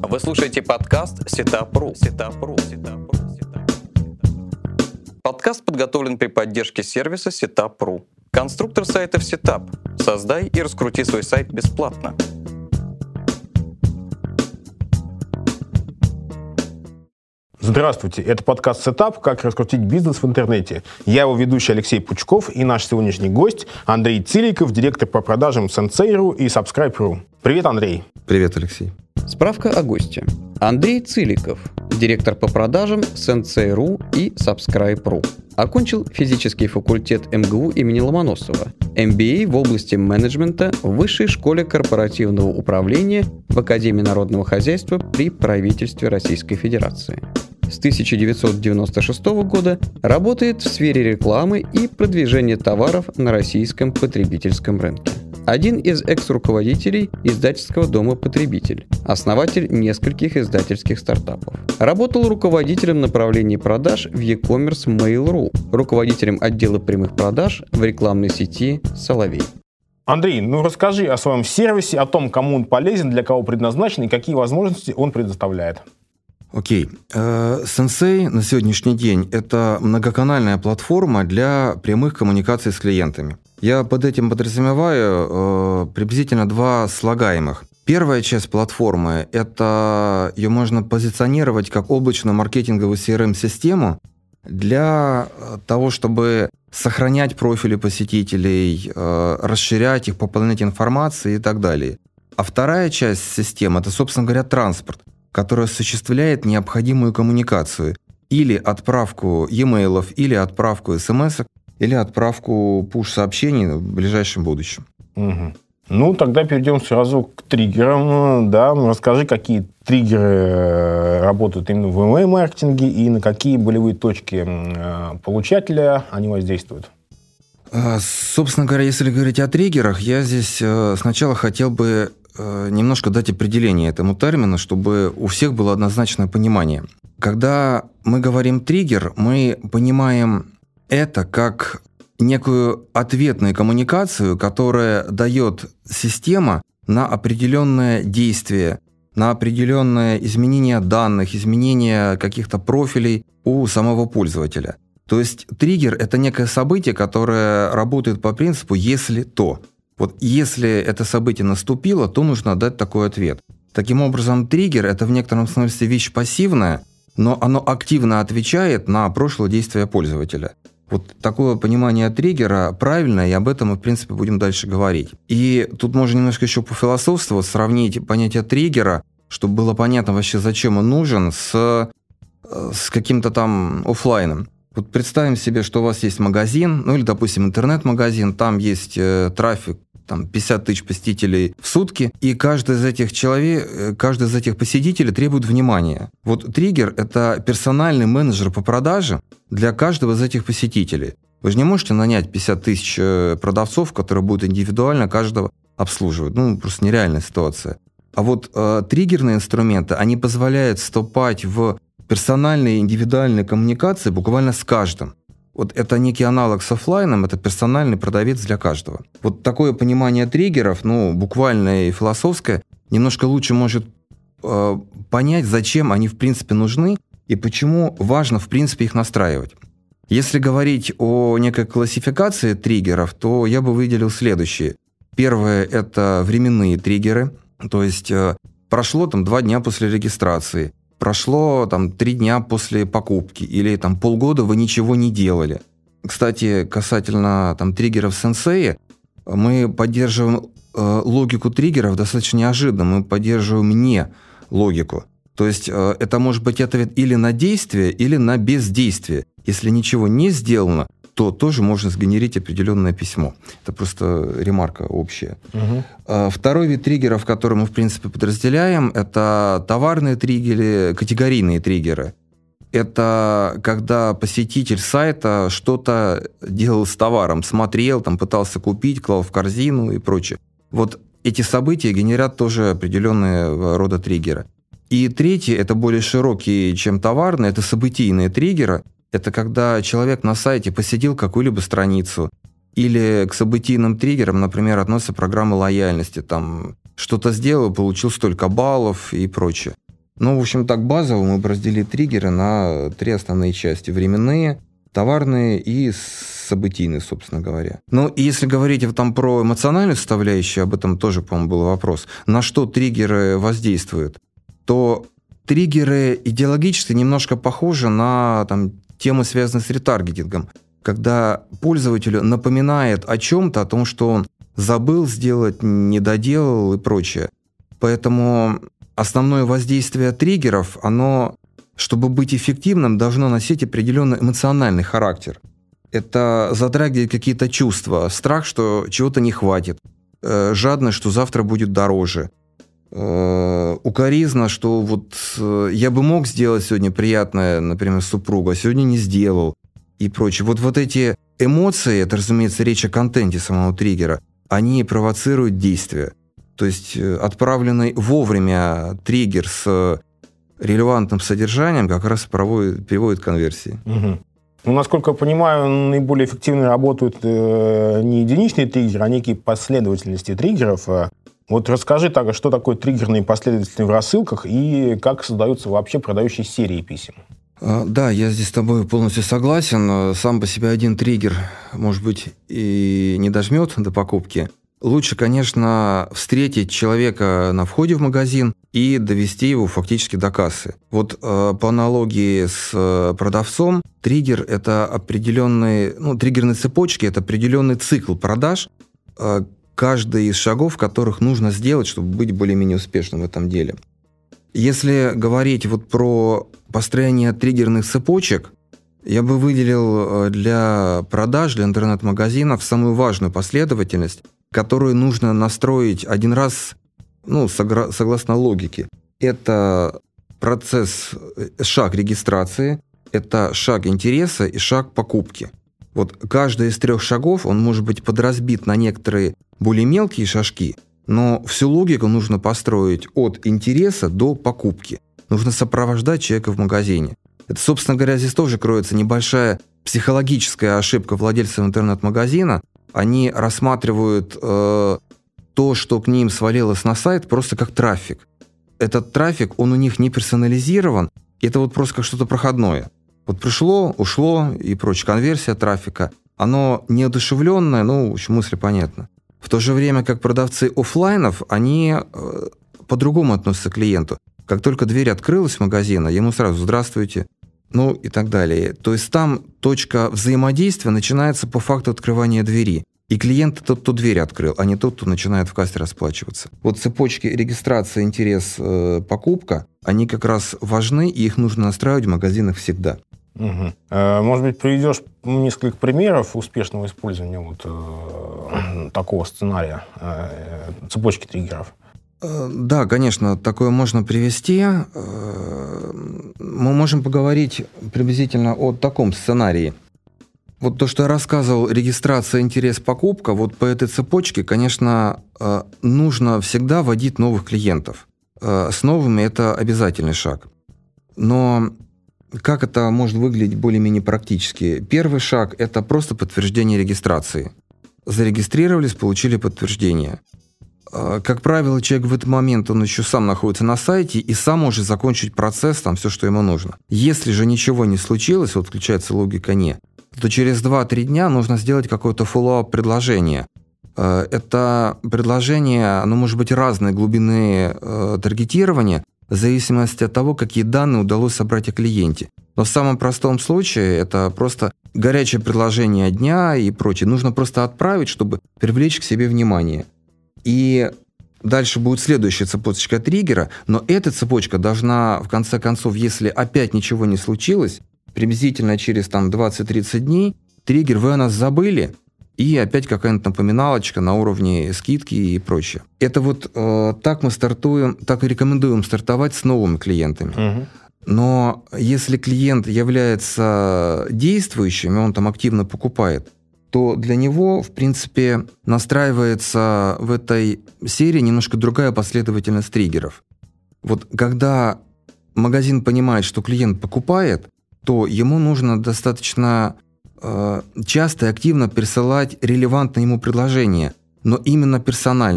Вы слушаете подкаст Setup.ru. Подкаст подготовлен при поддержке сервиса Setup.ru. Конструктор сайтов Setup. Создай и раскрути свой сайт бесплатно. Здравствуйте, это подкаст Setup «Как раскрутить бизнес в интернете». Я его ведущий Алексей Пучков и наш сегодняшний гость Андрей Циликов, директор по продажам Sensei.ru и Subscribe.ru. Привет, Андрей. Привет, Алексей. Справка о госте. Андрей Циликов, директор по продажам Sensei.ru и Subscribe.ru. Окончил физический факультет МГУ имени Ломоносова, MBA в области менеджмента в Высшей школе корпоративного управления в Академии народного хозяйства при правительстве Российской Федерации. С 1996 года работает в сфере рекламы и продвижения товаров на российском потребительском рынке. Один из экс-руководителей издательского дома «Потребитель», основатель нескольких издательских стартапов. Работал руководителем направления продаж в e-commerce Mail.ru, руководителем отдела прямых продаж в рекламной сети «Соловей». Андрей, расскажи о своем сервисе, о том, кому он полезен, для кого предназначен и какие возможности он предоставляет. Окей. Sensei на сегодняшний день – это многоканальная платформа для прямых коммуникаций с клиентами. Я под этим подразумеваю приблизительно два слагаемых. Первая часть платформы – это ее можно позиционировать как облачную маркетинговую CRM-систему для того, чтобы сохранять профили посетителей, расширять их, пополнять информацией и так далее. А вторая часть системы – это, собственно говоря, транспорт, который осуществляет необходимую коммуникацию или отправку e-mail'ов, или отправку смс-ок, или отправку push-сообщений в ближайшем будущем. Угу. Тогда перейдем сразу к триггерам. Да, расскажи, какие триггеры работают именно в email-маркетинге и на какие болевые точки получателя они воздействуют. Собственно говоря, если говорить о триггерах, я здесь сначала хотел бы немножко дать определение этому термину, чтобы у всех было однозначное понимание. Когда мы говорим «триггер», мы понимаем это как некую ответную коммуникацию, которая дает система на определенное действие, на определенное изменение данных, изменение каких-то профилей у самого пользователя. То есть триггер – это некое событие, которое работает по принципу «если то». Вот если это событие наступило, то нужно дать такой ответ. Таким образом, триггер – это в некотором смысле вещь пассивная, но оно активно отвечает на прошлое действие пользователя. Вот такое понимание триггера правильное, и об этом мы, в принципе, будем дальше говорить. И тут можно немножко еще пофилософствовать, сравнить понятие триггера, чтобы было понятно вообще, зачем он нужен, с каким-то там офлайном. Вот представим себе, что у вас есть магазин, или, допустим, интернет-магазин, там есть трафик, 50 тысяч посетителей в сутки, и каждый из этих посетителей требует внимания. Вот триггер – это персональный менеджер по продаже для каждого из этих посетителей. Вы же не можете нанять 50 тысяч продавцов, которые будут индивидуально каждого обслуживать. Просто нереальная ситуация. А вот триггерные инструменты, они позволяют вступать в персональные индивидуальные коммуникации буквально с каждым. Вот это некий аналог с офлайном, это персональный продавец для каждого. Вот такое понимание триггеров, буквальное и философское, немножко лучше может понять, зачем они в принципе нужны и почему важно в принципе их настраивать. Если говорить о некой классификации триггеров, то я бы выделил следующие. Первое – это временные триггеры, то есть прошло 2 дня после регистрации, прошло 3 дня после покупки или полгода вы ничего не делали. Кстати, касательно триггеров Sensei, мы поддерживаем логику триггеров достаточно неожиданно, мы поддерживаем не логику. То есть это может быть ответ или на действие, или на бездействие. Если ничего не сделано, то тоже можно сгенерить определенное письмо. Это просто ремарка общая. Угу. Второй вид триггеров, который мы, в принципе, подразделяем, это товарные триггеры, категорийные триггеры. Это когда посетитель сайта что-то делал с товаром, смотрел, пытался купить, клал в корзину и прочее. Вот эти события генерят тоже определенные рода триггеры. И третий, это более широкий, чем товарный, это событийные триггеры. Это когда человек на сайте посетил какую-либо страницу, или к событийным триггерам, например, относятся программы лояльности, что-то сделал, получил столько баллов и прочее. Ну, в общем, так базово мы бы разделили триггеры на 3 основные части. Временные, товарные и событийные, собственно говоря. Ну, и если говорить там про эмоциональную составляющую, об этом тоже, по-моему, был вопрос, на что триггеры воздействуют, то триггеры идеологически немножко похожи на там, темы, связанные с ретаргетингом, когда пользователю напоминает о чем-то, о том, что он забыл сделать, не доделал и прочее. Поэтому основное воздействие триггеров, оно, чтобы быть эффективным, должно носить определенный эмоциональный характер. Это затрагивает какие-то чувства, страх, что чего-то не хватит, жадность, что завтра будет дороже, укоризна, что вот я бы мог сделать сегодня приятное, например, супругу, а сегодня не сделал и прочее. Вот эти эмоции, это, разумеется, речь о контенте самого триггера, они провоцируют действие. То есть отправленный вовремя триггер с релевантным содержанием как раз приводит к конверсии. Угу. Ну, насколько я понимаю, наиболее эффективно работают не единичные триггеры, а некие последовательности триггеров. Вот расскажи, что такое триггерные последовательности в рассылках и как создаются вообще продающие серии писем. Да, я здесь с тобой полностью согласен. Сам по себе один триггер, может быть, и не дожмет до покупки. Лучше, конечно, встретить человека на входе в магазин и довести его фактически до кассы. Вот по аналогии с продавцом, триггер – это определенный, триггерные цепочки – это определенный цикл продаж, каждый из шагов, которых нужно сделать, чтобы быть более-менее успешным в этом деле. Если говорить вот про построение триггерных цепочек, я бы выделил для продаж, для интернет-магазинов самую важную последовательность, которую нужно настроить один раз, согласно логике. Это шаг регистрации, это шаг интереса и шаг покупки. Вот каждый из 3 шагов, он может быть подразбит на некоторые более мелкие шажки, но всю логику нужно построить от интереса до покупки. Нужно сопровождать человека в магазине. Это, собственно говоря, здесь тоже кроется небольшая психологическая ошибка владельцев интернет-магазина. Они рассматривают то, что к ним свалилось на сайт, просто как трафик. Этот трафик, он у них не персонализирован, это вот просто как что-то проходное. Вот пришло, ушло и прочее. Конверсия трафика, оно неодушевленное, в общем, мысль понятна. В то же время, как продавцы офлайнов, они по-другому относятся к клиенту. Как только дверь открылась магазина, ему сразу «здравствуйте», и так далее. То есть там точка взаимодействия начинается по факту открывания двери. И клиент тот, кто дверь открыл, а не тот, кто начинает в кассе расплачиваться. Вот цепочки регистрация, интерес, покупка, они как раз важны, и их нужно настраивать в магазинах всегда. Угу. Может быть, приведешь несколько примеров успешного использования такого сценария, цепочки триггеров? Да, конечно, такое можно привести. Мы можем поговорить приблизительно о таком сценарии. Вот то, что я рассказывал, регистрация, интерес, покупка, вот по этой цепочке, конечно, нужно всегда вводить новых клиентов. С новыми это обязательный шаг. Но как это может выглядеть более-менее практически? Первый шаг – это просто подтверждение регистрации. Зарегистрировались, получили подтверждение. Как правило, человек в этот момент, он еще сам находится на сайте и сам может закончить процесс, все, что ему нужно. Если же ничего не случилось, включается логика «не», то через 2-3 дня нужно сделать какое-то фоллоуап предложение. Это предложение, оно может быть разной глубины таргетирования, в зависимости от того, какие данные удалось собрать о клиенте. Но в самом простом случае это просто горячее предложение дня и прочее. Нужно просто отправить, чтобы привлечь к себе внимание. И дальше будет следующая цепочка триггера, но эта цепочка должна, в конце концов, если опять ничего не случилось, приблизительно через 20-30 дней, триггер вы о нас забыли, и опять какая-нибудь напоминалочка на уровне скидки и прочее. Это так мы стартуем, так и рекомендуем стартовать с новыми клиентами. Угу. Но если клиент является действующим, и он активно покупает, то для него, в принципе, настраивается в этой серии немножко другая последовательность триггеров. Вот когда магазин понимает, что клиент покупает, то ему нужно достаточно часто и активно присылать релевантные ему предложения, но именно персональные.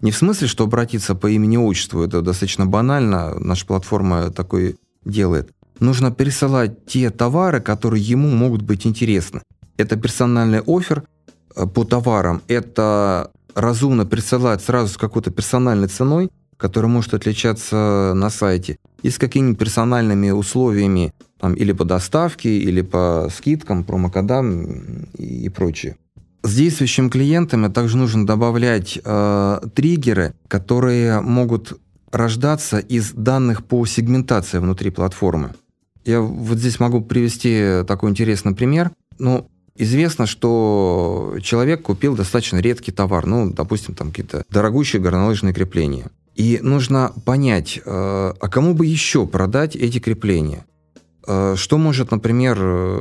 Не в смысле, что обратиться по имени-отчеству, это достаточно банально, наша платформа такое делает. Нужно пересылать те товары, которые ему могут быть интересны. Это персональный оффер по товарам, это разумно присылать сразу с какой-то персональной ценой, которая может отличаться на сайте, и с какими-нибудь персональными условиями там, или по доставке, или по скидкам, промокодам и прочее. С действующими клиентами также нужно добавлять триггеры, которые могут рождаться из данных по сегментации внутри платформы. Я вот здесь могу привести такой интересный пример. Известно, что человек купил достаточно редкий товар, допустим, там какие-то дорогущие горнолыжные крепления. И нужно понять, а кому бы еще продать эти крепления? Что может, например,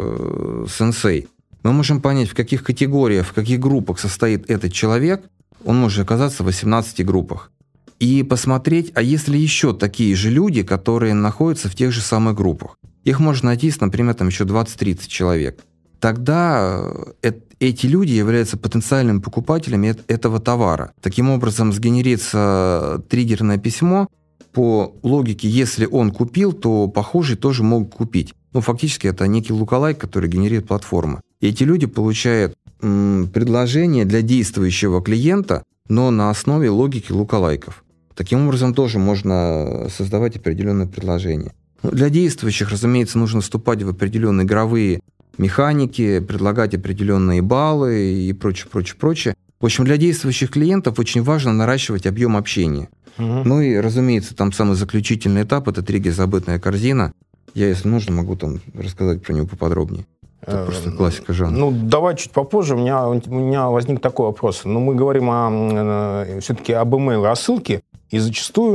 Sensei? Мы можем понять, в каких категориях, в каких группах состоит этот человек. Он может оказаться в 18 группах. И посмотреть, а есть ли еще такие же люди, которые находятся в тех же самых группах. Их можно найти, например, там еще 20-30 человек. Тогда эти люди являются потенциальными покупателями этого товара. Таким образом, сгенерится триггерное письмо по логике, если он купил, то похожие тоже могут купить. Фактически это некий лукалайк, который генерирует платформа. И эти люди получают предложение для действующего клиента, но на основе логики лукалайков. Таким образом, тоже можно создавать определенное предложение. Для действующих, разумеется, нужно вступать в определенные игровые механики, предлагать определенные баллы и прочее. В общем, для действующих клиентов очень важно наращивать объем общения. И, разумеется, там самый заключительный этап – это триггер «Забытая корзина». Я, если нужно, могу там рассказать про него поподробнее. Это просто классика жанра. Давай чуть попозже. У меня возник такой вопрос. Мы говорим все-таки об email-рассылке, и зачастую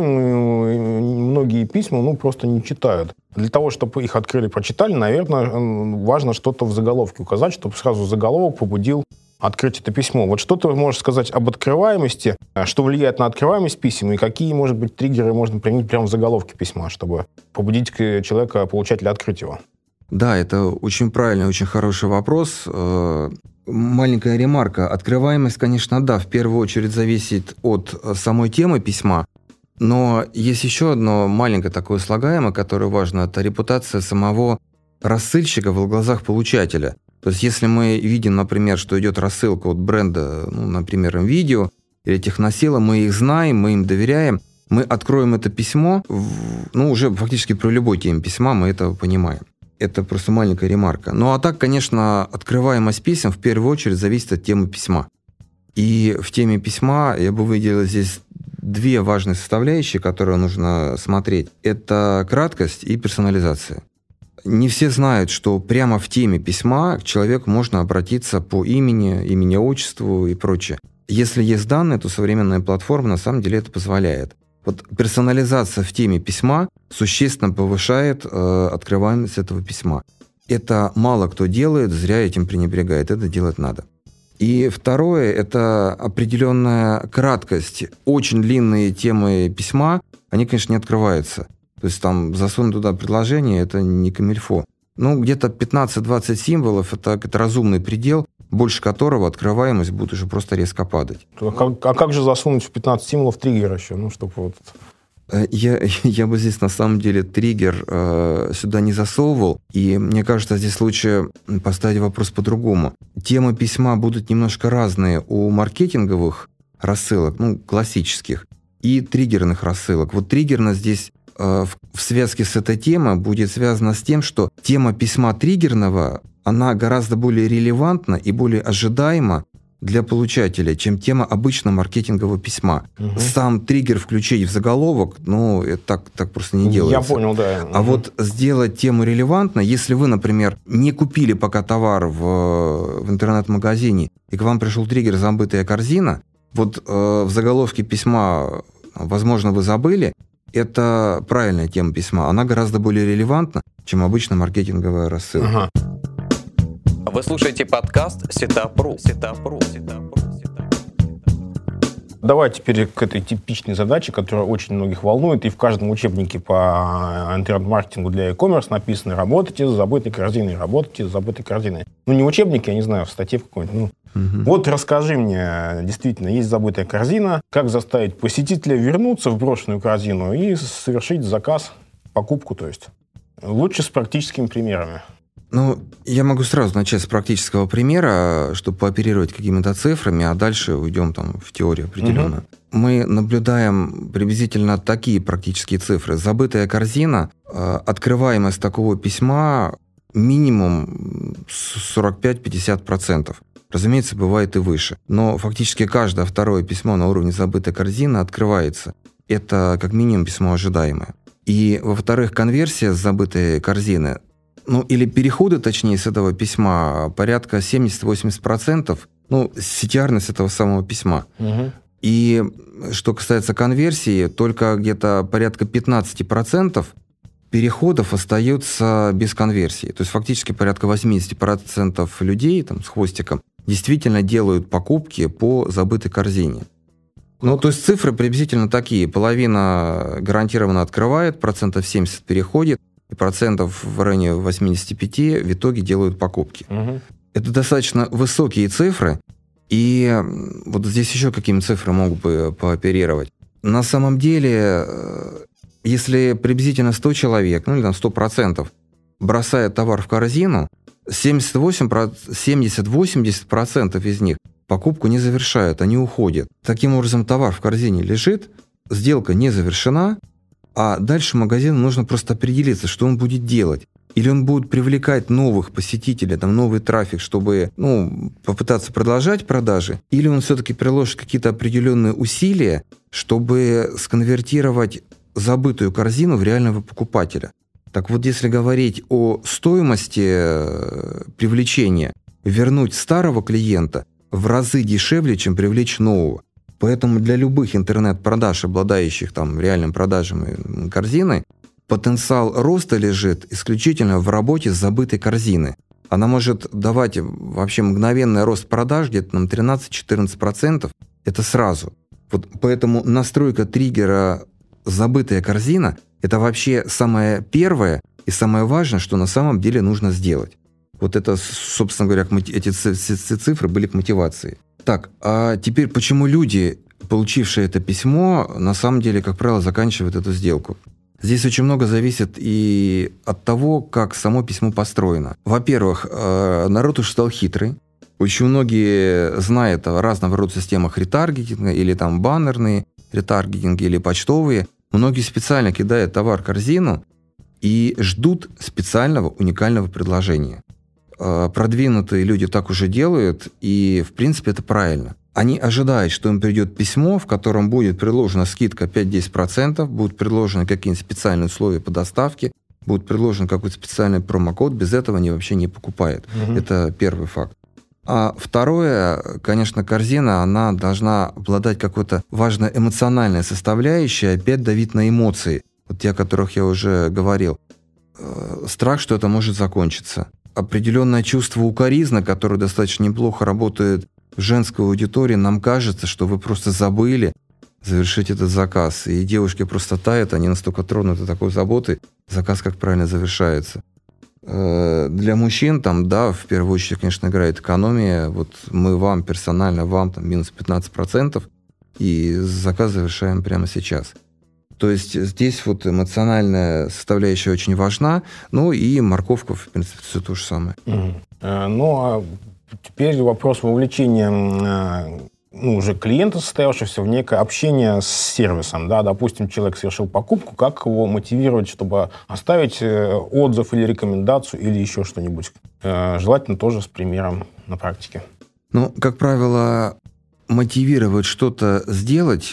многие письма просто не читают. Для того, чтобы их открыли, прочитали, наверное, важно что-то в заголовке указать, чтобы сразу заголовок побудил открыть это письмо. Вот что ты можешь сказать об открываемости, что влияет на открываемость писем, и какие, может быть, триггеры можно применить прямо в заголовке письма, чтобы побудить человека, получателя, открыть его? Да, это очень правильный, очень хороший вопрос. Маленькая ремарка. Открываемость, конечно, в первую очередь зависит от самой темы письма, но есть еще одно маленькое такое слагаемое, которое важно, это репутация самого рассыльщика в глазах получателя. То есть, если мы видим, например, что идет рассылка от бренда, например, видео или техносила, мы их знаем, мы им доверяем, мы откроем это письмо, уже фактически при любой теме письма мы это понимаем. Это просто маленькая ремарка. А так, конечно, открываемость писем в первую очередь зависит от темы письма. И в теме письма я бы выделил здесь две важные составляющие, которые нужно смотреть. Это краткость и персонализация. Не все знают, что прямо в теме письма к человеку можно обратиться по имени, отчеству и прочее. Если есть данные, то современная платформа на самом деле это позволяет. Вот персонализация в теме письма существенно повышает открываемость этого письма. Это мало кто делает, зря этим пренебрегает. Это делать надо. И второе – это определенная краткость. Очень длинные темы письма, они, конечно, не открываются. То есть там засунуть туда предложение – это не камильфо. Где-то 15-20 символов – это разумный предел, больше которого открываемость будет уже просто резко падать. А как же засунуть в 15 символов триггер еще? Чтобы Я бы здесь на самом деле триггер сюда не засовывал, и мне кажется, здесь лучше поставить вопрос по-другому. Темы письма будут немножко разные у маркетинговых рассылок, классических, и триггерных рассылок. Вот триггерность здесь в связке с этой темой будет связана с тем, что тема письма триггерного, она гораздо более релевантна и более ожидаема для получателя, чем тема обычного маркетингового письма. Сам триггер включить в заголовок, так просто не делается. Я понял, да. А вот сделать тему релевантной, если вы, например, не купили пока товар в интернет-магазине, и к вам пришел триггер «Забытая корзина», вот в заголовке письма, возможно, вы забыли, это правильная тема письма. Она гораздо более релевантна, чем обычная маркетинговая рассылка. Вы слушаете подкаст Setup.ru. Давай теперь к этой типичной задаче, которая очень многих волнует, и в каждом учебнике по интернет-маркетингу для e-commerce написано: работайте с забытой корзиной, работайте с забытой корзиной. Не в учебнике, я не знаю, в статье в какой-нибудь. Вот расскажи мне, действительно, есть забытая корзина, как заставить посетителя вернуться в брошенную корзину и совершить заказ, покупку, то есть. Лучше с практическими примерами. Ну, я могу сразу начать с практического примера, чтобы пооперировать какими-то цифрами, а дальше уйдем там в теорию определенную. Мы наблюдаем приблизительно такие практические цифры. Забытая корзина, открываемость такого письма минимум 45-50%. Разумеется, бывает и выше. Но фактически каждое второе письмо на уровне забытой корзины открывается. Это как минимум письмо ожидаемое. И, во-вторых, конверсия с забытой корзины, ну, или переходы, точнее, с этого письма порядка 70-80%, ну, CTR-ность этого самого письма. И что касается конверсии, только где-то порядка 15% переходов остается без конверсии. То есть фактически порядка 80% людей там, с хвостиком действительно делают покупки по забытой корзине. Ну, то есть цифры приблизительно такие. Половина гарантированно открывает, 70% переходит, и процентов в районе 85 в итоге делают покупки. Это достаточно высокие цифры, и вот здесь еще какими цифрами могут бы пооперировать. На самом деле, если приблизительно 100 человек, ну или там 100% бросает товар в корзину, 70-80% из них покупку не завершают, они уходят. Таким образом, товар в корзине лежит, сделка не завершена, а дальше магазину нужно просто определиться, что он будет делать. Или он будет привлекать новых посетителей, там, новый трафик, чтобы попытаться продолжать продажи, или он все-таки приложит какие-то определенные усилия, чтобы сконвертировать забытую корзину в реального покупателя. Так вот, если говорить о стоимости привлечения, вернуть старого клиента в разы дешевле, чем привлечь нового. Поэтому для любых интернет-продаж, обладающих там реальным продажами корзины, потенциал роста лежит исключительно в работе с забытой корзины. Она может давать вообще мгновенный рост продаж где-то там 13-14%. Это сразу. Вот поэтому настройка триггера «забытая корзина» – это вообще самое первое и самое важное, что на самом деле нужно сделать. Вот это, собственно говоря, эти цифры были к мотивации. Так, а теперь почему люди, получившие это письмо, на самом деле, как правило, заканчивают эту сделку? Здесь очень много зависит и от того, как само письмо построено. Во-первых, народ уж стал хитрый. Очень многие знают о разного рода системах ретаргетинга, или там баннерные ретаргетинги, или почтовые. Многие специально кидают товар в корзину и ждут специального уникального предложения. Продвинутые люди так уже делают, и, в принципе, это правильно. Они ожидают, что им придет письмо, в котором будет предложена скидка 5-10%, будут предложены какие-нибудь специальные условия по доставке, будет предложен какой-то специальный промокод. Без этого они вообще не покупают. Это первый факт. А второе, конечно, корзина, она должна обладать какой-то важной эмоциональной составляющей, опять давить на эмоции, вот те, о которых я уже говорил. Страх, что это может закончиться. Определенное чувство укоризны, которое достаточно неплохо работает в женской аудитории, нам кажется, что вы просто забыли завершить этот заказ. И девушки просто тают, они настолько тронуты такой заботой, заказ, как правильно, завершается. Для мужчин там, да, в первую очередь, конечно, играет экономия. Вот мы вам, персонально вам, там, минус 15%, и заказ завершаем прямо сейчас. То есть здесь вот эмоциональная составляющая очень важна, ну и морковка, в принципе, все то же самое. Ну, а теперь вопрос вовлечения уже клиента, состоявшегося в некое общение с сервисом. Да? Допустим, человек совершил покупку, как его мотивировать, чтобы оставить отзыв или рекомендацию, или еще что-нибудь. Желательно тоже с примером на практике. Ну, как правило, мотивировать что-то сделать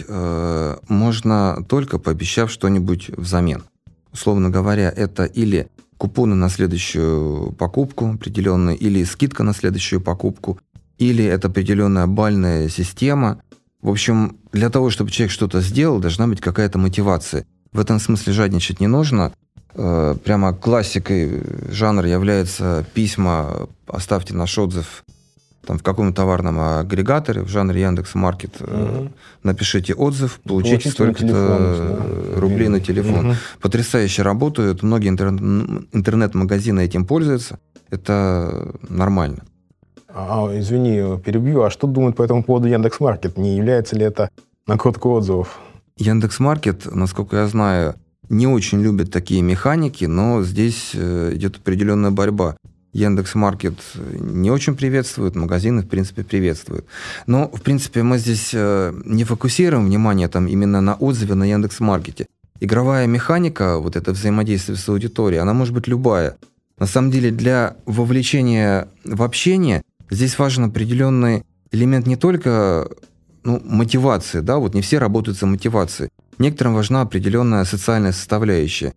можно только пообещав что-нибудь взамен. Условно говоря, это или купоны на следующую покупку определенную, или скидка на следующую покупку, или это определенная бальная система. В общем, для того, чтобы человек что-то сделал, должна быть какая-то мотивация. В этом смысле жадничать не нужно. Прямо классикой жанра является письма «Оставьте наш отзыв» там, в каком-то товарном агрегаторе, в жанре Яндекс.Маркет, напишите отзыв, получите столько-то рублей на телефон. Потрясающе работают, многие интернет-магазины этим пользуются, это нормально. Извини, перебью. А что думает по этому поводу Яндекс.Маркет? Не является ли это накруткой отзывов? Яндекс.Маркет, насколько я знаю, не очень любит такие механики, но здесь идет определенная борьба. Яндекс.Маркет не очень приветствует, магазины, в принципе, приветствуют. Но, в принципе, мы здесь не фокусируем внимание там, именно на отзыве на Яндекс.Маркете. Игровая механика, вот это взаимодействие с аудиторией, она может быть любая. На самом деле, для вовлечения в общение здесь важен определенный элемент не только мотивации, да, вот не все работают за мотивацией. Некоторым важна определенная социальная составляющая.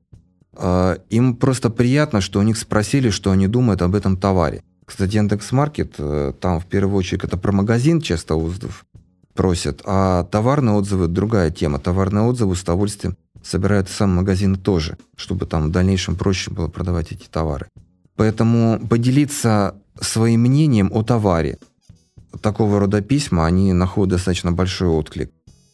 Им просто приятно, что у них спросили, что они думают об этом товаре. Кстати, Яндекс.Маркет, там в первую очередь это про магазин часто отзывов просят, а товарные отзывы – другая тема. Товарные отзывы с удовольствием собирают сам магазин тоже, чтобы там в дальнейшем проще было продавать эти товары. Поэтому поделиться своим мнением о товаре, такого рода письма, они находят достаточно большой отклик.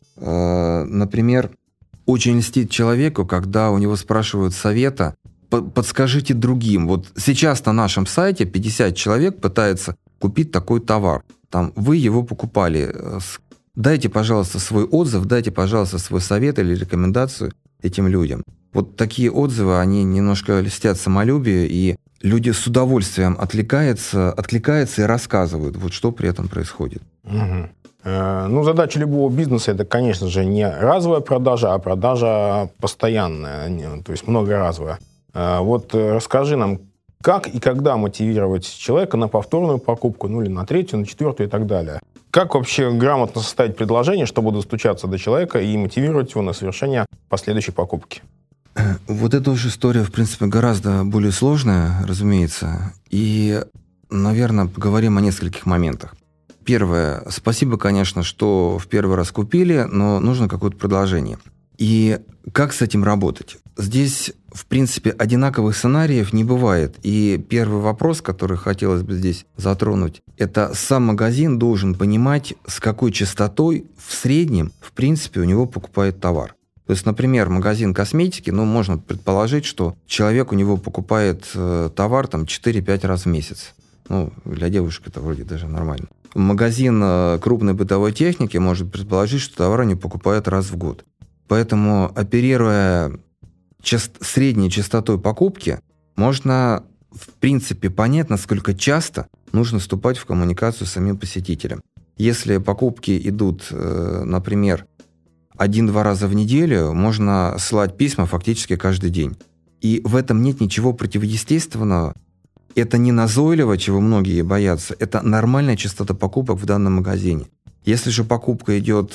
Например, очень льстит человеку, когда у него спрашивают совета, подскажите другим. Вот сейчас на нашем сайте 50 человек пытается купить такой товар. Там вы его покупали. Дайте, пожалуйста, свой отзыв, дайте, пожалуйста, свой совет или рекомендацию этим людям. Вот такие отзывы, они немножко льстят самолюбию, и люди с удовольствием откликаются и рассказывают, вот что при этом происходит. Угу. Задача любого бизнеса – это, конечно же, не разовая продажа, а продажа постоянная, то есть многоразовая. Вот расскажи нам, как и когда мотивировать человека на повторную покупку, или на третью, на четвертую и так далее. Как вообще грамотно составить предложение, чтобы достучаться до человека и мотивировать его на совершение последующей покупки? Вот эта уже история, в принципе, гораздо более сложная, разумеется. И, наверное, поговорим о нескольких моментах. Первое. Спасибо, конечно, что в первый раз купили, но нужно какое-то предложение. И как с этим работать? Здесь, в принципе, одинаковых сценариев не бывает. И первый вопрос, который хотелось бы здесь затронуть, это сам магазин должен понимать, с какой частотой в среднем, в принципе, у него покупает товар. То есть, например, магазин косметики, можно предположить, что человек у него покупает товар 4-5 раз в месяц. Для девушек это вроде даже нормально. Магазин крупной бытовой техники может предположить, что товар они покупают раз в год. Поэтому, оперируя средней частотой покупки, можно, в принципе, понять, насколько часто нужно вступать в коммуникацию с самим посетителем. Если покупки идут, например, 1-2 раза в неделю, можно слать письма фактически каждый день. И в этом нет ничего противоестественного. Это не назойливо, чего многие боятся. Это нормальная частота покупок в данном магазине. Если же покупка идет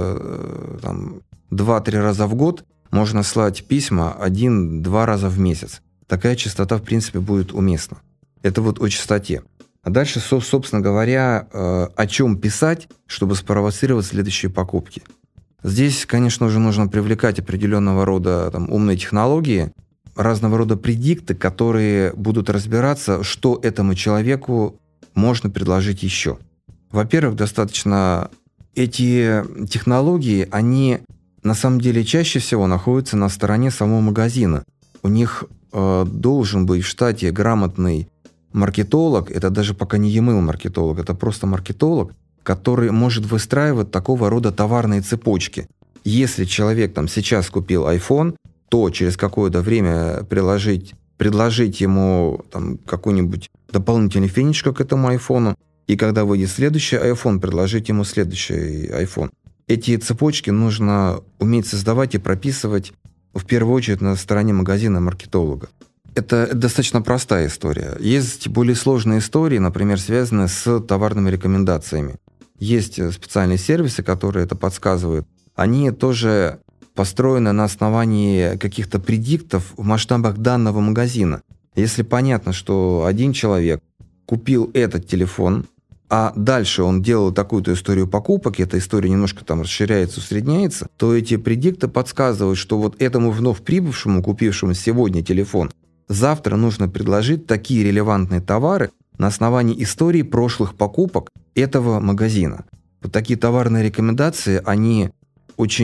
2-3 раза в год, можно слать письма 1-2 раза в месяц. Такая частота, в принципе, будет уместна. Это вот о частоте. А дальше, собственно говоря, о чем писать, чтобы спровоцировать следующие покупки. Здесь, конечно, уже нужно привлекать определенного рода умные технологии, разного рода предикты, которые будут разбираться, что этому человеку можно предложить еще. Во-первых, достаточно эти технологии, они на самом деле чаще всего находятся на стороне самого магазина. У них должен быть в штате грамотный маркетолог, это даже пока не email-маркетолог, это просто маркетолог, который может выстраивать такого рода товарные цепочки. Если человек сейчас купил iPhone, то через какое-то время предложить ему какую-нибудь дополнительную финичку к этому iPhone, и когда выйдет следующий iPhone, предложить ему следующий iPhone. Эти цепочки нужно уметь создавать и прописывать в первую очередь на стороне магазина маркетолога. Это достаточно простая история. Есть более сложные истории, например, связанные с товарными рекомендациями. Есть специальные сервисы, которые это подсказывают. Они тоже построены на основании каких-то предиктов в масштабах данного магазина. Если понятно, что один человек купил этот телефон, а дальше он делал такую-то историю покупок, и эта история немножко расширяется, усредняется, то эти предикты подсказывают, что вот этому вновь прибывшему, купившему сегодня телефон, завтра нужно предложить такие релевантные товары на основании истории прошлых покупок этого магазина. Вот такие товарные рекомендации, они очень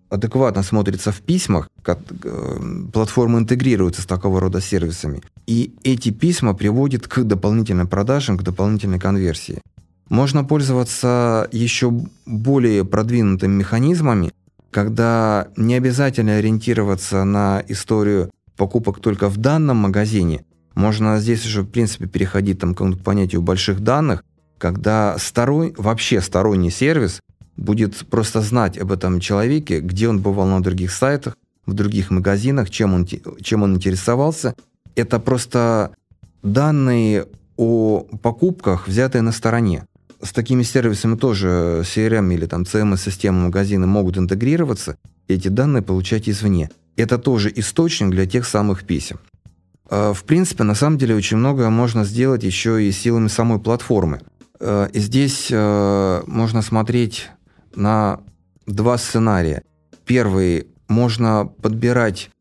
адекватно смотрится в письмах, как платформа интегрируется с такого рода сервисами, и эти письма приводят к дополнительным продажам, к дополнительной конверсии. Можно пользоваться еще более продвинутыми механизмами, когда не обязательно ориентироваться на историю покупок только в данном магазине. Можно здесь уже, в принципе, переходить там, к понятию больших данных, когда вообще сторонний сервис будет просто знать об этом человеке, где он бывал на других сайтах, в других магазинах, чем он интересовался. Это просто данные о покупках, взятые на стороне. С такими сервисами тоже CRM или там CMS-системы магазина могут интегрироваться, и эти данные получать извне. Это тоже источник для тех самых писем. В принципе, на самом деле, очень многое можно сделать еще и силами самой платформы. И здесь можно смотреть на два сценария. Первый, можно подбирать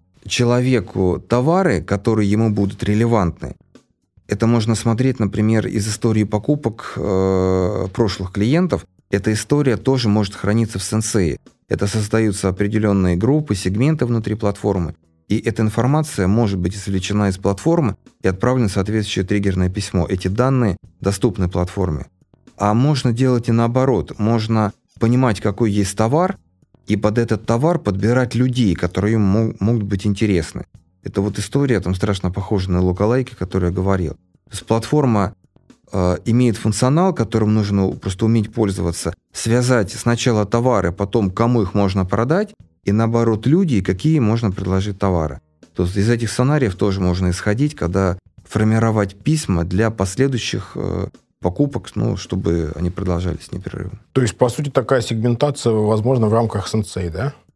человеку товары, которые ему будут релевантны. Это можно смотреть, например, из истории покупок прошлых клиентов. Эта история тоже может храниться в Sensei. Это создаются определенные группы, сегменты внутри платформы. И эта информация может быть извлечена из платформы и отправлена в соответствующее триггерное письмо. Эти данные доступны платформе. А можно делать и наоборот. Можно понимать, какой есть товар, и под этот товар подбирать людей, которые ему могут быть интересны. Это вот история, там страшно похожа на лукалайки, о которой я говорил. То есть платформа имеет функционал, которым нужно просто уметь пользоваться, связать сначала товары, потом кому их можно продать, и наоборот люди, какие можно предложить товары. То есть из этих сценариев тоже можно исходить, когда формировать письма для последующих покупок, чтобы они продолжались непрерывно. То есть, по сути, такая сегментация возможна в рамках Sensei,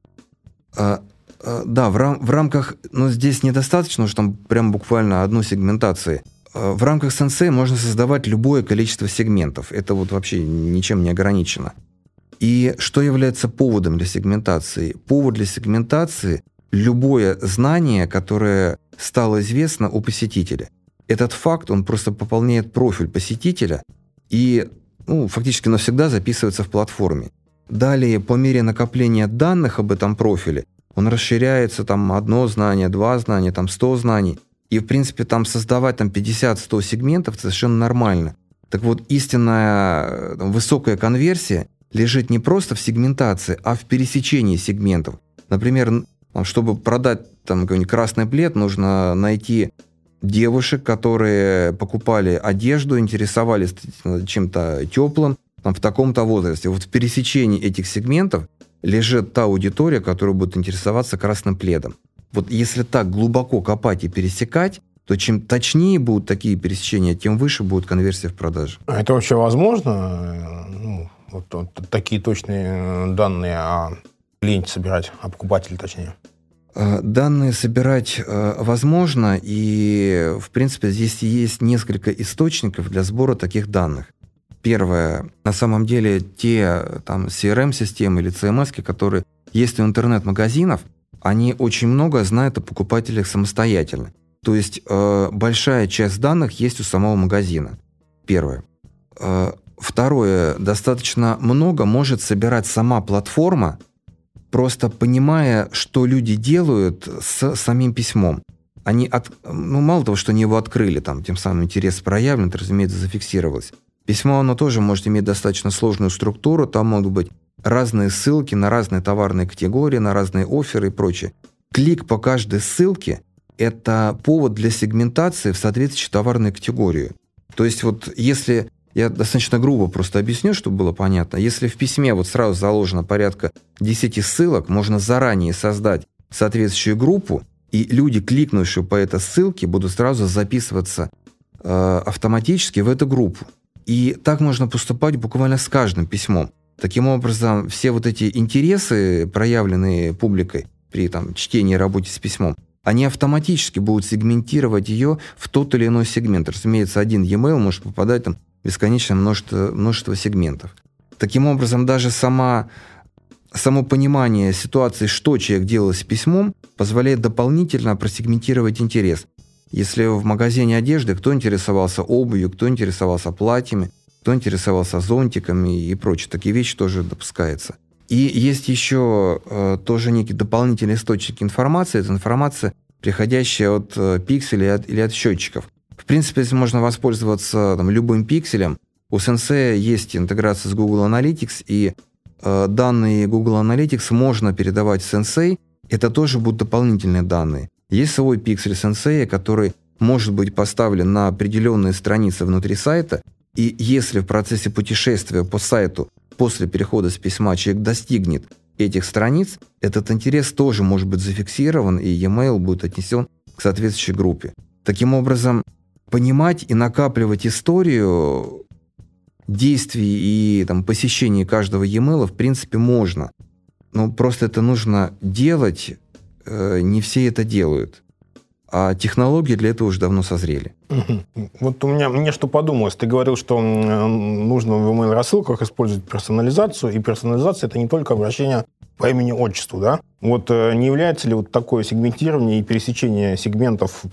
да? Да, в рамках, здесь недостаточно, что там прям буквально одной сегментации. В рамках Sensei можно создавать любое количество сегментов. Это вот вообще ничем не ограничено. И что является поводом для сегментации? Повод для сегментации – любое знание, которое стало известно у посетителя. Этот факт, он просто пополняет профиль посетителя и фактически навсегда записывается в платформе. Далее, по мере накопления данных об этом профиле, он расширяется, там, 1 знание, 2 знания, там, 100 знаний. И, в принципе, там, создавать там, 50-100 сегментов совершенно нормально. Так вот, истинная высокая конверсия лежит не просто в сегментации, а в пересечении сегментов. Например, чтобы продать там, какой-нибудь красный плед, нужно найти девушек, которые покупали одежду, интересовались чем-то теплым в таком-то возрасте. Вот в пересечении этих сегментов лежит та аудитория, которая будет интересоваться красным пледом. Вот если так глубоко копать и пересекать, то чем точнее будут такие пересечения, тем выше будет конверсия в продаже. А это вообще возможно? Вот такие точные данные о клиенте собирать, о покупателе точнее? Данные собирать возможно, и, в принципе, здесь есть несколько источников для сбора таких данных. Первое, на самом деле, те там, CRM-системы или CMS, которые есть у интернет-магазинов, они очень много знают о покупателях самостоятельно. То есть большая часть данных есть у самого магазина. Первое. Второе, достаточно много может собирать сама платформа, просто понимая, что люди делают с самим письмом. Они мало того, что они его открыли, там, тем самым интерес проявлен, это, разумеется, зафиксировалось. Письмо, оно тоже может иметь достаточно сложную структуру, там могут быть разные ссылки на разные товарные категории, на разные офферы и прочее. Клик по каждой ссылке – это повод для сегментации в соответствующей товарной категории. То есть вот если, я достаточно грубо просто объясню, чтобы было понятно, если в письме вот сразу заложено порядка 10 ссылок, можно заранее создать соответствующую группу, и люди, кликнувшие по этой ссылке, будут сразу записываться автоматически в эту группу. И так можно поступать буквально с каждым письмом. Таким образом, все вот эти интересы, проявленные публикой при чтении и работе с письмом, они автоматически будут сегментировать ее в тот или иной сегмент. Разумеется, один e-mail может попадать в бесконечное множество сегментов. Таким образом, даже само понимание ситуации, что человек делал с письмом, позволяет дополнительно просегментировать интерес. Если в магазине одежды кто интересовался обувью, кто интересовался платьями, кто интересовался зонтиками и прочее, такие вещи тоже допускаются. И есть еще тоже некий дополнительный источник информации. Это информация, приходящая от пикселей или от счетчиков. В принципе, если можно воспользоваться любым пикселем, у Sensei есть интеграция с Google Analytics, и данные Google Analytics можно передавать в Sensei. Это тоже будут дополнительные данные. Есть свой пиксель Sensei, который может быть поставлен на определенные страницы внутри сайта, и если в процессе путешествия по сайту после перехода с письма человек достигнет этих страниц, этот интерес тоже может быть зафиксирован, и e-mail будет отнесен к соответствующей группе. Таким образом, понимать и накапливать историю действий и посещений каждого e-mail в принципе можно. Но просто это нужно делать, не все это делают. А технологии для этого уже давно созрели. Вот мне что подумалось. Ты говорил, что нужно в email-рассылках использовать персонализацию, и персонализация – это не только обращение по имени-отчеству, да? Вот не является ли вот такое сегментирование и пересечение сегментов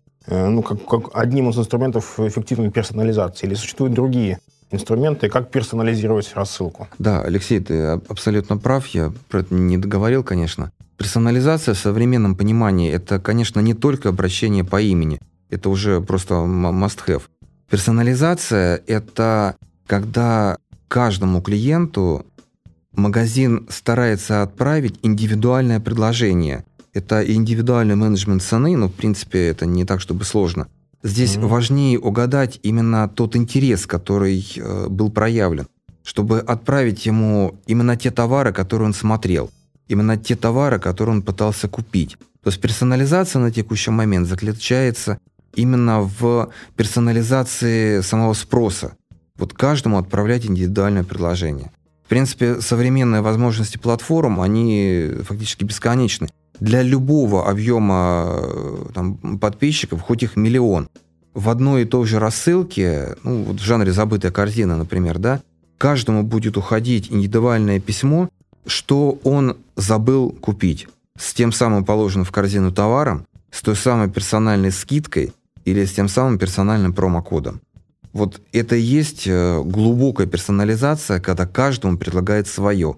как одним из инструментов эффективной персонализации? Или существуют другие инструменты, как персонализировать рассылку? Да, Алексей, ты абсолютно прав. Я про это не договорил, конечно. Персонализация в современном понимании – это, конечно, не только обращение по имени. Это уже просто must-have. Персонализация – это когда каждому клиенту магазин старается отправить индивидуальное предложение. Это индивидуальный менеджмент цены, но, в принципе, это не так, чтобы сложно. Здесь важнее угадать именно тот интерес, который был проявлен, чтобы отправить ему именно те товары, которые он смотрел. Именно те товары, которые он пытался купить. То есть персонализация на текущий момент заключается именно в персонализации самого спроса. Вот каждому отправлять индивидуальное предложение. В принципе, современные возможности платформ, они фактически бесконечны. Для любого объема подписчиков, хоть их миллион, в одной и той же рассылке, в жанре «забытая корзина», например, да, каждому будет уходить индивидуальное письмо, что он забыл купить, с тем самым положенным в корзину товаром, с той самой персональной скидкой или с тем самым персональным промокодом. Вот это и есть глубокая персонализация, когда каждому предлагает свое.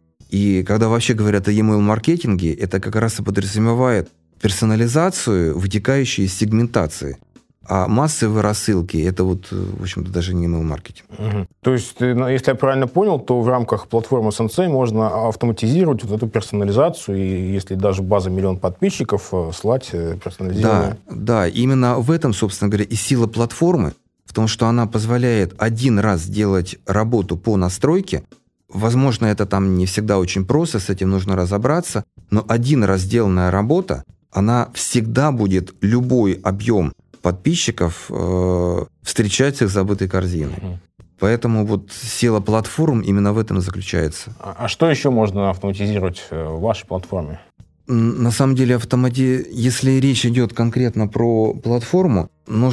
И когда вообще говорят о e-mail-маркетинге, это как раз и подразумевает персонализацию, вытекающую из сегментации. А массовые рассылки – это в общем-то, даже не email-маркетинг. То есть, если я правильно понял, то в рамках платформы Sensei можно автоматизировать вот эту персонализацию, и если даже база 1 миллион подписчиков, слать персонализированную. Да, именно в этом, собственно говоря, и сила платформы, в том, что она позволяет один раз сделать работу по настройке. Возможно, это не всегда очень просто, с этим нужно разобраться, но один раз сделанная работа, она всегда будет любой объем подписчиков встречать с их забытой корзиной. Поэтому сила платформ именно в этом и заключается. А что еще можно автоматизировать в вашей платформе? На самом деле, если речь идет конкретно про платформу,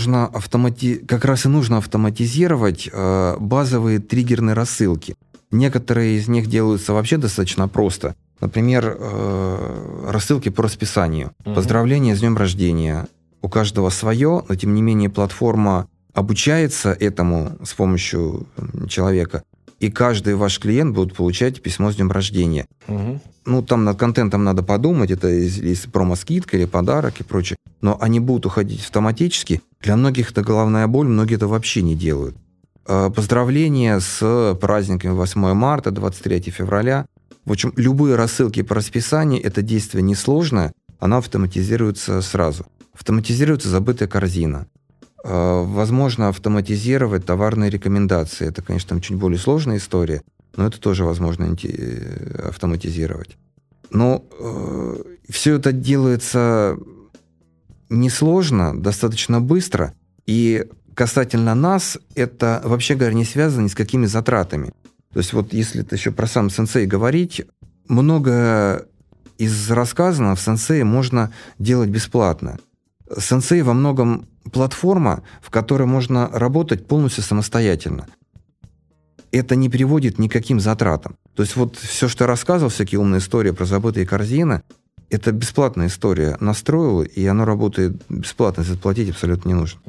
как раз и нужно автоматизировать базовые триггерные рассылки. Некоторые из них делаются вообще достаточно просто. Например, рассылки по расписанию. Поздравления с днем рождения. У каждого свое, но тем не менее платформа обучается этому с помощью человека, и каждый ваш клиент будет получать письмо с днем рождения. Там над контентом надо подумать, это если промо-скидка или подарок и прочее, но они будут уходить автоматически. Для многих это головная боль, многие это вообще не делают. Поздравления с праздниками 8 марта, 23 февраля. В общем, любые рассылки по расписанию, это действие несложное, она автоматизируется сразу. Автоматизируется забытая корзина. Возможно автоматизировать товарные рекомендации. Это, конечно, чуть более сложная история, но это тоже возможно автоматизировать. Но все это делается несложно, достаточно быстро, и касательно нас, это, вообще говоря, не связано ни с какими затратами. То есть если еще про сам Sensei говорить, много из рассказанного в Sensei можно делать бесплатно. Sensei во многом платформа, в которой можно работать полностью самостоятельно. Это не приводит ни к каким затратам. То есть все, что я рассказывал, всякие умные истории про забытые корзины, это бесплатная история. Настроил, и оно работает бесплатно, заплатить абсолютно не нужно.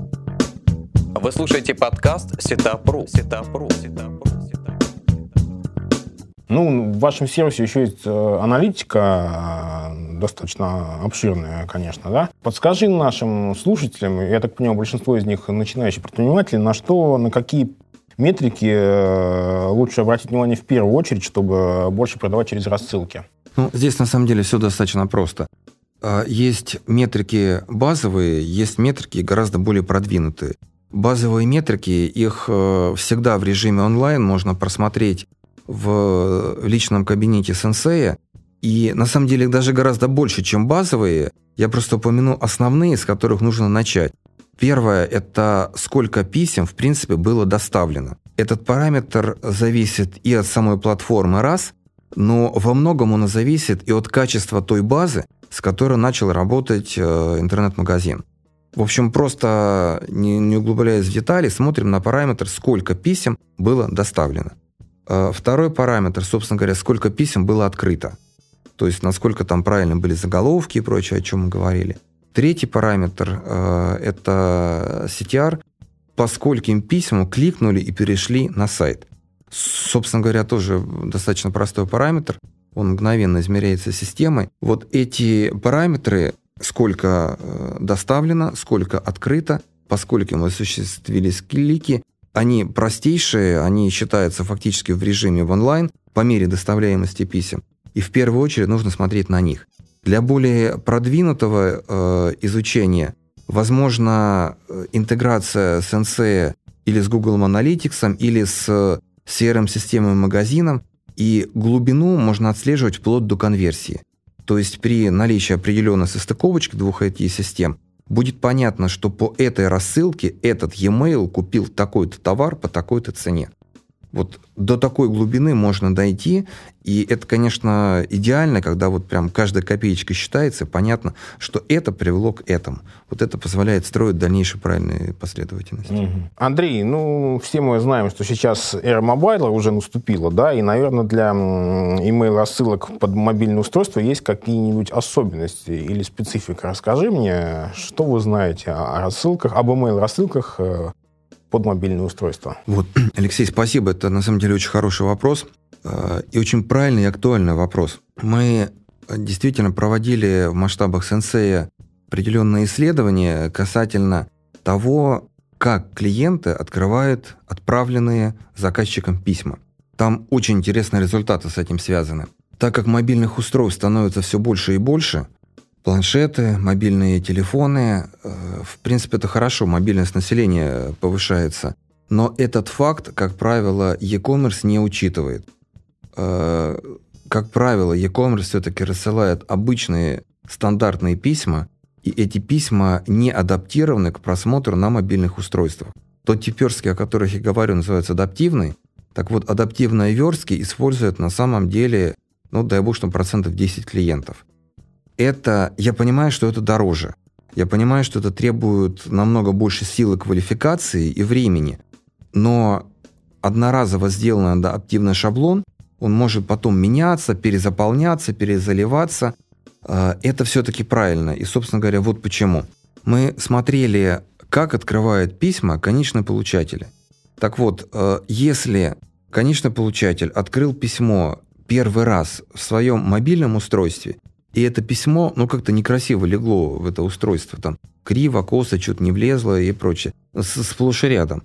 Вы слушаете подкаст Setup.ru. Ну, в вашем сервисе еще есть аналитика, достаточно обширная, конечно, да? Подскажи нашим слушателям, я так понимаю, большинство из них начинающие предприниматели, на какие метрики лучше обратить внимание в первую очередь, чтобы больше продавать через рассылки? Ну, здесь на самом деле все достаточно просто. Есть метрики базовые, есть метрики гораздо более продвинутые. Базовые метрики, их всегда в режиме онлайн можно просмотреть в личном кабинете сенсея. И на самом деле их даже гораздо больше, чем базовые. Я просто упомяну основные, с которых нужно начать. Первое – это сколько писем, в принципе, было доставлено. Этот параметр зависит и от самой платформы раз, но во многом он зависит и от качества той базы, с которой начал работать интернет-магазин. В общем, просто не углубляясь в детали, смотрим на параметр, сколько писем было доставлено. Второй параметр, собственно говоря, сколько писем было открыто. То есть, насколько там правильно были заголовки и прочее, о чем мы говорили. Третий параметр – это CTR, по скольким письмам кликнули и перешли на сайт. Собственно говоря, тоже достаточно простой параметр. Он мгновенно измеряется системой. Вот эти параметры, сколько доставлено, сколько открыто, по скольким осуществились клики, они простейшие, они считаются фактически в режиме в онлайн по мере доставляемости писем. И в первую очередь нужно смотреть на них. Для более продвинутого изучения возможна интеграция с Sensei или с Google Analytics, или с CRM-системой магазином, и глубину можно отслеживать вплоть до конверсии. То есть при наличии определенной состыковочки двух IT-систем будет понятно, что по этой рассылке этот e-mail купил такой-то товар по такой-то цене. Вот до такой глубины можно дойти, и это, конечно, идеально, когда вот прям каждая копеечка считается, понятно, что это привело к этому. Вот это позволяет строить дальнейшую правильную последовательность. Андрей, все мы знаем, что сейчас эра мобайла уже наступила, да, и, наверное, для email-рассылок под мобильное устройство есть какие-нибудь особенности или специфика. Расскажи мне, что вы знаете о рассылках, об email-рассылках под мобильное устройство. Вот, Алексей, спасибо. Это, на самом деле, очень хороший вопрос и очень правильный и актуальный вопрос. Мы действительно проводили в масштабах Сенсея определенные исследования касательно того, как клиенты открывают отправленные заказчикам письма. Там очень интересные результаты с этим связаны. Так как мобильных устройств становится все больше и больше, планшеты, мобильные телефоны, в принципе, это хорошо, мобильность населения повышается. Но этот факт, как правило, e-commerce не учитывает. Как правило, e-commerce все-таки рассылает обычные стандартные письма, и эти письма не адаптированы к просмотру на мобильных устройствах. Тот тип верстки, о которых я говорю, называется адаптивный. Так вот, адаптивные верстки используют на самом деле, дай бог, что 10% клиентов. Я понимаю, что это дороже. Я понимаю, что это требует намного больше силы, квалификации и времени. Но одноразово сделанный адаптивный шаблон, он может потом меняться, перезаполняться, перезаливаться. Это все-таки правильно. И, собственно говоря, вот почему. Мы смотрели, как открывают письма конечные получатели. Так вот, если конечный получатель открыл письмо первый раз в своем мобильном устройстве, и это письмо, как-то некрасиво легло в это устройство, там криво, косо, что-то не влезло и прочее, сплошь и рядом.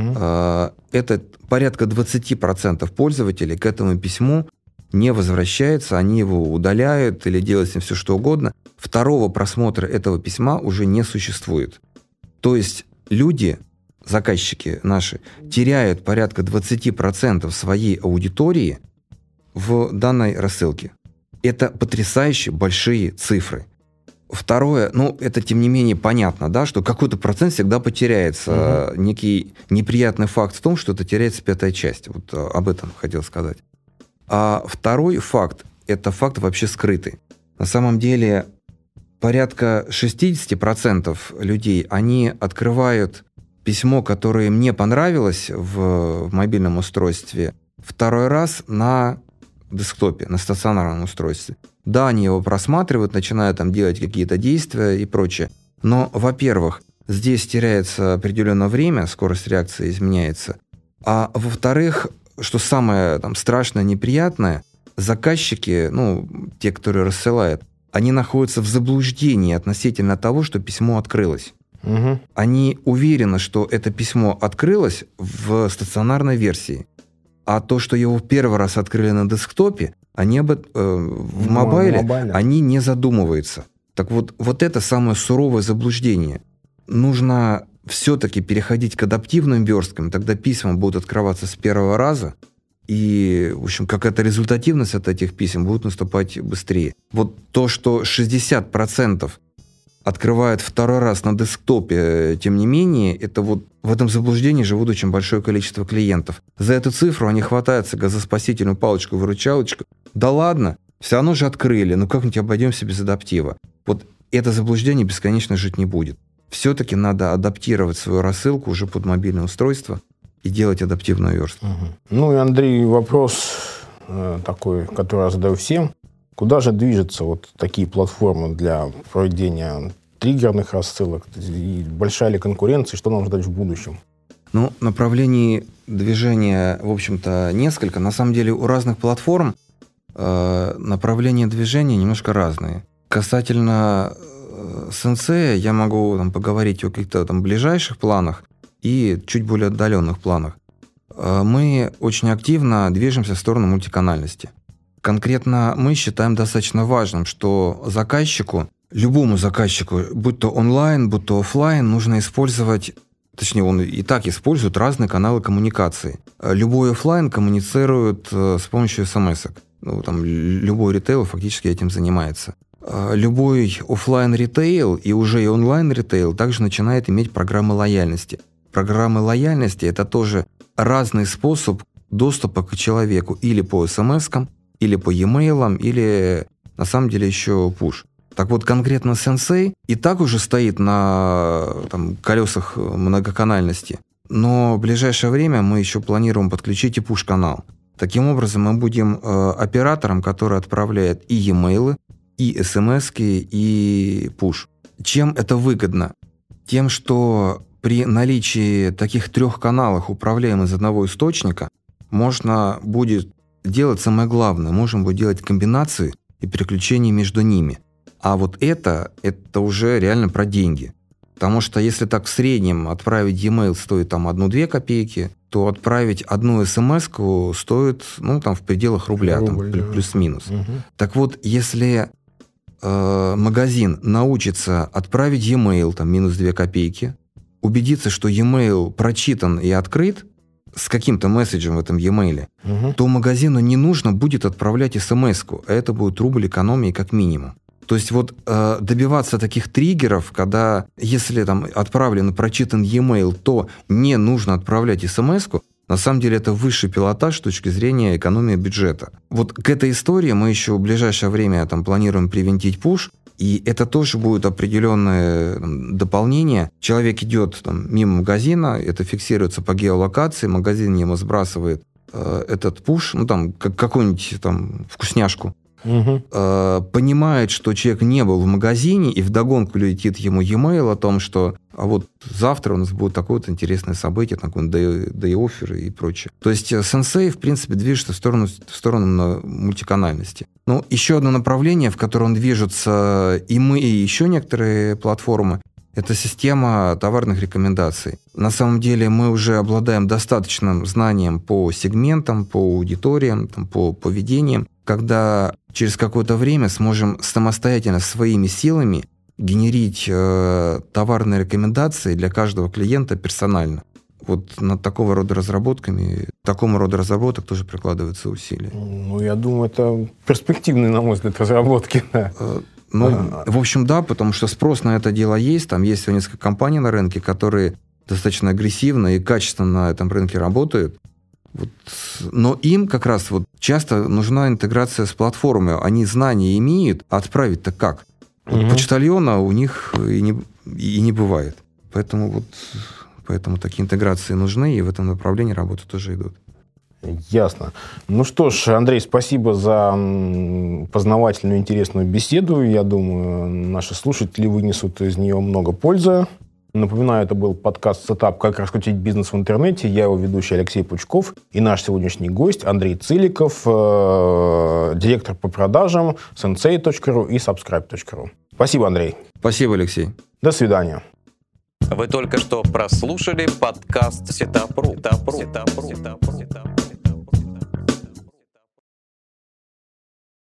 Это порядка 20% пользователей к этому письму не возвращаются, они его удаляют или делают с ним все что угодно. Второго просмотра этого письма уже не существует. То есть люди, заказчики наши, теряют порядка 20% своей аудитории в данной рассылке. Это потрясающе большие цифры. Второе, это тем не менее понятно, да, что какой-то процент всегда потеряется. Некий неприятный факт в том, что это теряется 5-я часть. Вот об этом хотел сказать. А второй факт, это факт вообще скрытый. На самом деле порядка 60% людей, они открывают письмо, которое им не понравилось в мобильном устройстве, второй раз на десктопе, на стационарном устройстве. Да, они его просматривают, начинают там делать какие-то действия и прочее. Но, во-первых, здесь теряется определенное время, скорость реакции изменяется. А во-вторых, что самое там страшное, неприятное, заказчики, те, которые рассылают, они находятся в заблуждении относительно того, что письмо открылось. Угу. Они уверены, что это письмо открылось в стационарной версии, а то, что его первый раз открыли на десктопе, они в мобайле, они не задумываются. Так вот это самое суровое заблуждение. Нужно все-таки переходить к адаптивным версткам, тогда письма будут открываться с первого раза, и, в общем, какая-то результативность от этих писем будет наступать быстрее. Вот то, что 60% открывают второй раз на десктопе, тем не менее, это вот в этом заблуждении живут очень большое количество клиентов. За эту цифру они хватаются за спасительную палочку-выручалочку. Да ладно, все равно же открыли, как-нибудь обойдемся без адаптива. Вот это заблуждение бесконечно жить не будет. Все-таки надо адаптировать свою рассылку уже под мобильное устройство и делать адаптивную верстку. И, Андрей, вопрос такой, который я задаю всем. Куда же движутся вот такие платформы для проведения триггерных рассылок? И большая ли конкуренция? Что нам ждать в будущем? Направлений движения, в общем-то, несколько. На самом деле у разных платформ направления движения немножко разные. Касательно Sensei я могу поговорить о каких-то ближайших планах и чуть более отдаленных планах. Мы очень активно движемся в сторону мультиканальности. Конкретно мы считаем достаточно важным, что любому заказчику, будь то онлайн, будь то офлайн, нужно использовать, точнее, он и так использует разные каналы коммуникации. Любой офлайн коммуницирует с помощью смс-ок. Любой ритейл фактически этим занимается. Любой офлайн-ритейл и уже и онлайн-ритейл также начинает иметь программы лояльности. Программы лояльности – это тоже разный способ доступа к человеку или по смс-кам, или по e-mail, или на самом деле еще push. Так вот, конкретно Sensei и так уже стоит на колесах многоканальности, но в ближайшее время мы еще планируем подключить и push-канал. Таким образом, мы будем оператором, который отправляет и e-mail, и смс-ки, и push. Чем это выгодно? Тем, что при наличии таких 3 каналов, управляемых из одного источника, можно будет делать самое главное. Можно будет делать комбинации и переключения между ними. А вот это уже реально про деньги. Потому что если так в среднем отправить e-mail стоит 1-2 копейки, то отправить одну смс-ку стоит в пределах рубля, плюс-минус. Угу. Так вот, если магазин научится отправить e-mail, минус 2 копейки, убедиться, что e-mail прочитан и открыт с каким-то месседжем в этом e-mail, то магазину не нужно будет отправлять смс-ку, а это будет рубль экономии как минимум. То есть добиваться таких триггеров, когда если отправлен прочитан e-mail, то не нужно отправлять смс-ку, на самом деле это высший пилотаж с точки зрения экономии бюджета. Вот к этой истории мы еще в ближайшее время планируем привинтить push, и это тоже будет определенное дополнение. Человек идет мимо магазина, это фиксируется по геолокации, магазин ему сбрасывает этот push, как какую-нибудь вкусняшку, понимает, что человек не был в магазине, и вдогонку летит ему e-mail о том, что вот завтра у нас будет такое-то интересное событие, такой day-offer и прочее. То есть Sensei, в принципе, движется в сторону мультиканальности. Еще одно направление, в котором он движется и мы, и еще некоторые платформы, это система товарных рекомендаций. На самом деле мы уже обладаем достаточным знанием по сегментам, по аудиториям, по поведениям, когда через какое-то время сможем самостоятельно своими силами генерить товарные рекомендации для каждого клиента персонально. Вот над такого рода разработками, такому роду разработок тоже прикладываются усилия. Я думаю, это перспективные, на мой взгляд, разработки. Да. В общем, да, потому что спрос на это дело есть. Там есть несколько компаний на рынке, которые достаточно агрессивно и качественно на этом рынке работают. Но им как раз часто нужна интеграция с платформой. Они знания имеют, а отправить-то как? Почтальона у них и не бывает. Поэтому такие интеграции нужны, и в этом направлении работы тоже идут. Ясно. Что ж, Андрей, спасибо за познавательную, интересную беседу. Я думаю, наши слушатели вынесут из нее много пользы. Напоминаю, это был подкаст «Сетап. Как раскрутить бизнес в интернете». Я его ведущий Алексей Пучков и наш сегодняшний гость Андрей Циликов, директор по продажам sensei.ru и subscribe.ru. Спасибо, Андрей. Спасибо, Алексей. До свидания. Вы только что прослушали подкаст Сетап.ру.